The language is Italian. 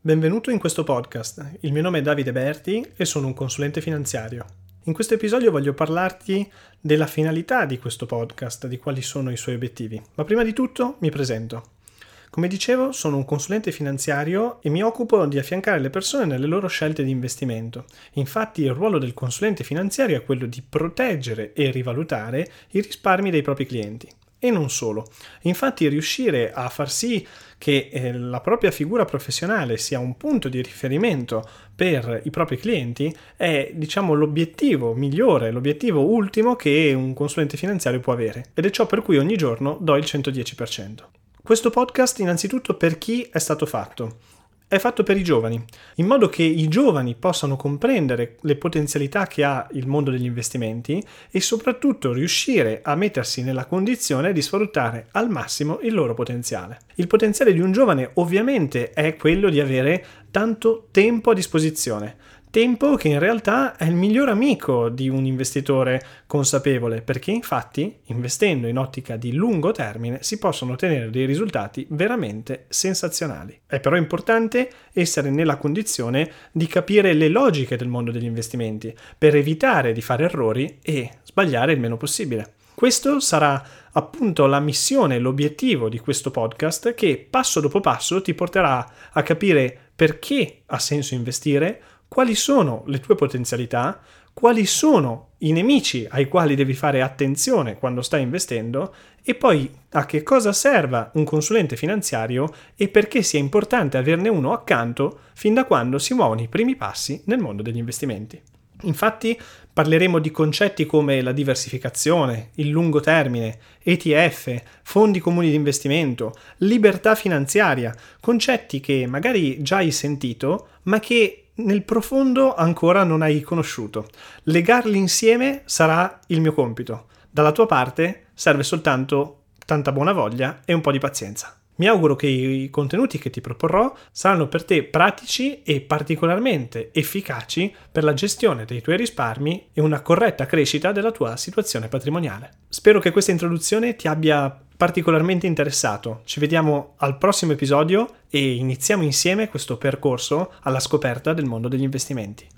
Benvenuto in questo podcast. Il mio nome è Davide Berti e sono un consulente finanziario. In questo episodio voglio parlarti della finalità di questo podcast, di quali sono i suoi obiettivi. Ma prima di tutto mi presento. Come dicevo, sono un consulente finanziario e mi occupo di affiancare le persone nelle loro scelte di investimento. Infatti il ruolo del consulente finanziario è quello di proteggere e rivalutare i risparmi dei propri clienti. E non solo. Infatti riuscire a far sì che la propria figura professionale sia un punto di riferimento per i propri clienti è, l'obiettivo migliore, l'obiettivo ultimo che un consulente finanziario può avere. Ed è ciò per cui ogni giorno do il 110%. Questo podcast innanzitutto per chi è stato fatto? È fatto per i giovani, in modo che i giovani possano comprendere le potenzialità che ha il mondo degli investimenti e soprattutto riuscire a mettersi nella condizione di sfruttare al massimo il loro potenziale. Il potenziale di un giovane ovviamente è quello di avere tanto tempo a disposizione. Tempo che in realtà è il miglior amico di un investitore consapevole, perché infatti, investendo in ottica di lungo termine, si possono ottenere dei risultati veramente sensazionali. È però importante essere nella condizione di capire le logiche del mondo degli investimenti, per evitare di fare errori e sbagliare il meno possibile. Questo sarà appunto la missione, l'obiettivo di questo podcast che passo dopo passo ti porterà a capire perché ha senso investire, quali sono le tue potenzialità, quali sono i nemici ai quali devi fare attenzione quando stai investendo e poi a che cosa serva un consulente finanziario e perché sia importante averne uno accanto fin da quando si muovono i primi passi nel mondo degli investimenti. Infatti parleremo di concetti come la diversificazione, il lungo termine, ETF, fondi comuni di investimento, libertà finanziaria, concetti che magari già hai sentito ma che nel profondo ancora non hai conosciuto. Legarli insieme sarà il mio compito. Dalla tua parte serve soltanto tanta buona voglia e un po' di pazienza. Mi auguro che i contenuti che ti proporrò saranno per te pratici e particolarmente efficaci per la gestione dei tuoi risparmi e una corretta crescita della tua situazione patrimoniale. Spero che questa introduzione ti abbia particolarmente interessato. Ci vediamo al prossimo episodio e iniziamo insieme questo percorso alla scoperta del mondo degli investimenti.